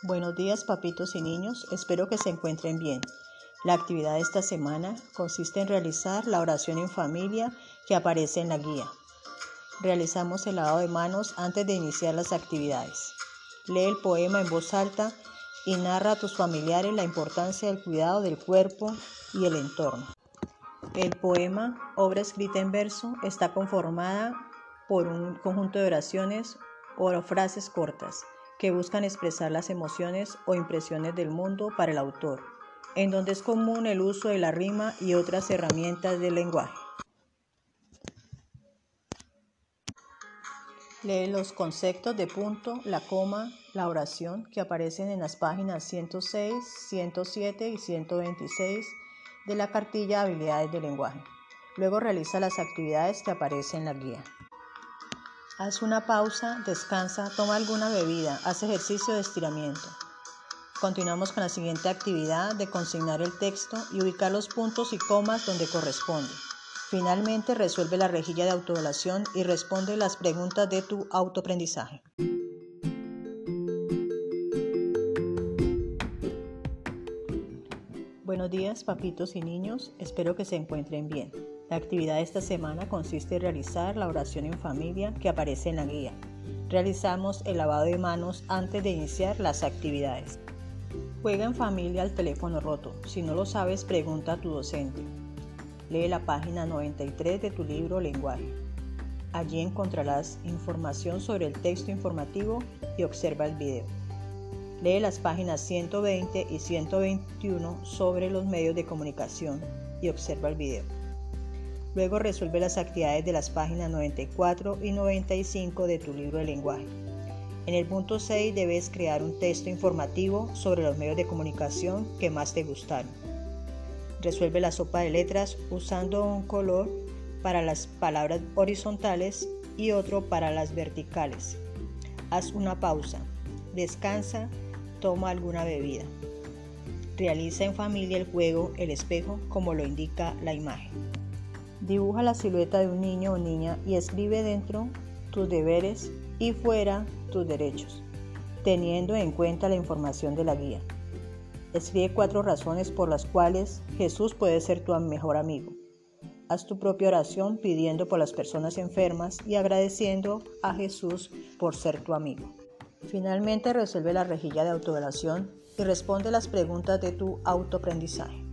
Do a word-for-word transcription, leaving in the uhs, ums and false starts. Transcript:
Buenos días, papitos y niños, espero que se encuentren bien. La actividad de esta semana consiste en realizar la oración en familia que aparece en la guía. Realizamos el lavado de manos antes de iniciar las actividades. Lee el poema en voz alta y narra a tus familiares la importancia del cuidado del cuerpo y el entorno. El poema, obra escrita en verso, está conformada por un conjunto de oraciones o frases cortas que buscan expresar las emociones o impresiones del mundo para el autor, en donde es común el uso de la rima y otras herramientas del lenguaje. Lee los conceptos de punto, la coma, la oración que aparecen en las páginas ciento seis, ciento siete y ciento veintiséis de la cartilla Habilidades del lenguaje. Luego realiza las actividades que aparecen en la guía. Haz una pausa, descansa, toma alguna bebida, haz ejercicio de estiramiento. Continuamos con la siguiente actividad de consignar el texto y ubicar los puntos y comas donde corresponde. Finalmente, resuelve la rejilla de autoevaluación y responde las preguntas de tu autoaprendizaje. Buenos días, papitos y niños, espero que se encuentren bien. La actividad de esta semana consiste en realizar la oración en familia que aparece en la guía. Realizamos el lavado de manos antes de iniciar las actividades. Juega en familia al teléfono roto. Si no lo sabes, pregunta a tu docente. Lee la página noventa y tres de tu libro Lenguaje. Allí encontrarás información sobre el texto informativo y observa el video. Lee las páginas ciento veinte y ciento veintiuno sobre los medios de comunicación y observa el video. Luego resuelve las actividades de las páginas noventa y cuatro y noventa y cinco de tu libro de lenguaje. En el punto seis debes crear un texto informativo sobre los medios de comunicación que más te gustaron. Resuelve la sopa de letras usando un color para las palabras horizontales y otro para las verticales. Haz una pausa, descansa, toma alguna bebida. Realiza en familia el juego El espejo como lo indica la imagen. Dibuja la silueta de un niño o niña y escribe dentro tus deberes y fuera tus derechos, teniendo en cuenta la información de la guía. Escribe cuatro razones por las cuales Jesús puede ser tu mejor amigo. Haz tu propia oración pidiendo por las personas enfermas y agradeciendo a Jesús por ser tu amigo. Finalmente, resuelve la rejilla de autoevaluación y responde las preguntas de tu autoaprendizaje.